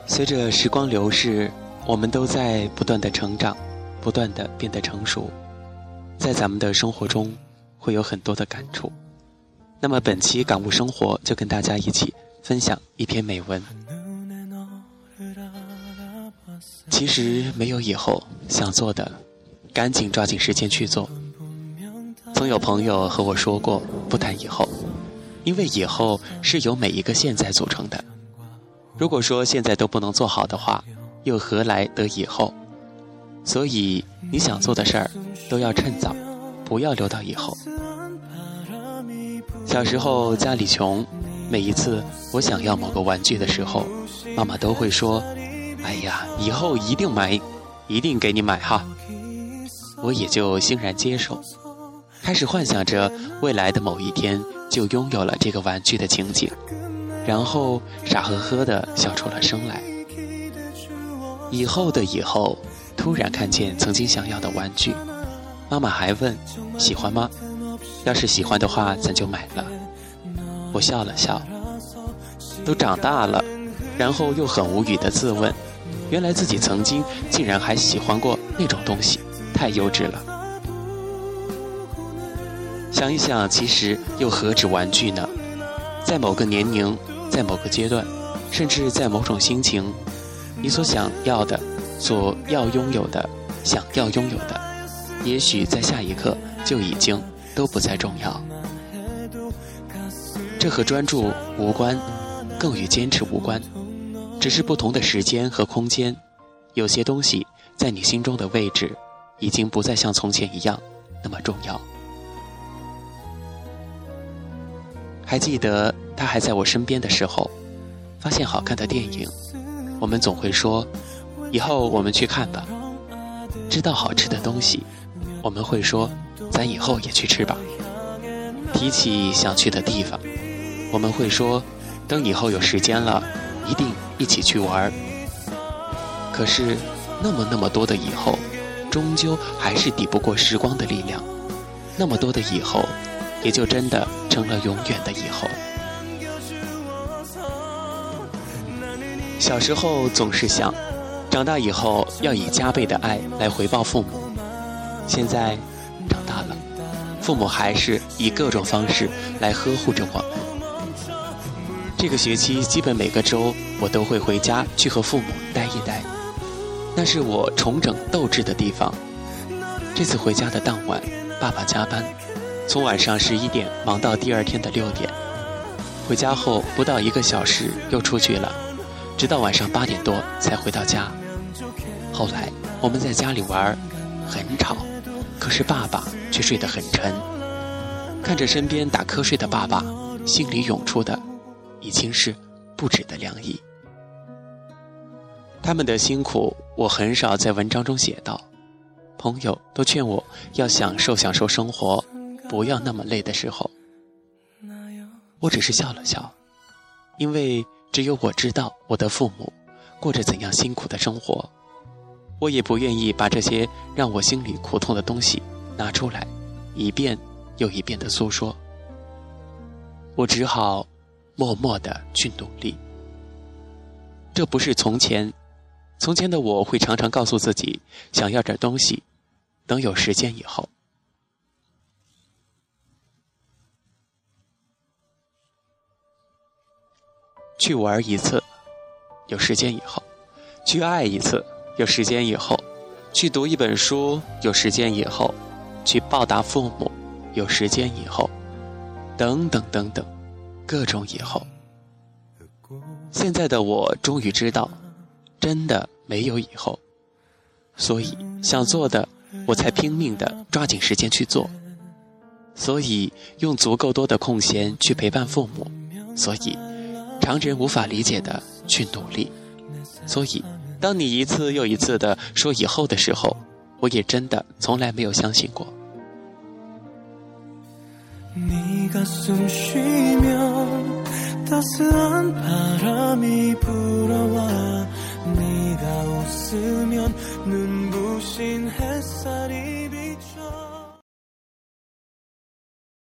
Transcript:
随着时光流逝，我们都在不断的成长，不断的变得成熟，在咱们的生活中会有很多的感触。那么本期感悟生活就跟大家一起分享一篇美文。其实没有以后，想做的赶紧抓紧时间去做。曾有朋友和我说过，不谈以后，因为以后是由每一个现在组成的。如果说现在都不能做好的话，又何来得以后？所以你想做的事儿都要趁早，不要留到以后。小时候家里穷，每一次我想要某个玩具的时候，妈妈都会说，哎呀，以后一定买，一定给你买哈。我也就欣然接受，开始幻想着未来的某一天就拥有了这个玩具的情景，然后傻呵呵地笑出了声来。以后的以后，突然看见曾经想要的玩具，妈妈还问喜欢吗？要是喜欢的话，咱就买了。我笑了笑，都长大了，然后又很无语地自问，原来自己曾经竟然还喜欢过那种东西，太幼稚了。想一想，其实又何止玩具呢？在某个年龄，在某个阶段，甚至在某种心情，你所想要的，所要拥有的，想要拥有的，也许在下一刻就已经都不再重要。这和专注无关，更与坚持无关，只是不同的时间和空间。有些东西在你心中的位置，已经不再像从前一样那么重要。还记得他还在我身边的时候，发现好看的电影，我们总会说以后我们去看吧。知道好吃的东西，我们会说咱以后也去吃吧。提起想去的地方，我们会说等以后有时间了，一定一起去玩。可是那么多的以后，终究还是抵不过时光的力量。那么多的以后，也就真的成了永远的以后。小时候总是想，长大以后要以加倍的爱来回报父母。现在长大了，父母还是以各种方式来呵护着我们。这个学期基本每个周我都会回家去和父母待一待，那是我重整斗志的地方。这次回家的当晚，爸爸加班，从晚上11点忙到第二天的6点。回家后不到1个小时又出去了，直到晚上8点多才回到家。后来我们在家里玩，很吵，可是爸爸却睡得很沉。看着身边打瞌睡的爸爸，心里涌出的已经是不止的凉意。他们的辛苦我很少在文章中写到，朋友都劝我要享受生活，不要那么累的时候，我只是笑了笑，因为只有我知道我的父母过着怎样辛苦的生活。我也不愿意把这些让我心里苦痛的东西拿出来，一遍又一遍地诉说。我只好默默地去努力。这不是从前的我会常常告诉自己，想要点东西，等有时间以后。去玩一次，有时间以后；去爱一次，有时间以后；去读一本书，有时间以后；去报答父母，有时间以后，等等等等，各种以后。现在的我终于知道，真的没有以后，所以想做的我才拼命地抓紧时间去做，所以用足够多的空闲去陪伴父母，所以常人无法理解的去努力。所以当你一次又一次地说以后的时候，我也真的从来没有相信过。 네가 숨 쉬면 따스한 바람이 불어와 네가 웃으면 눈부신 햇살이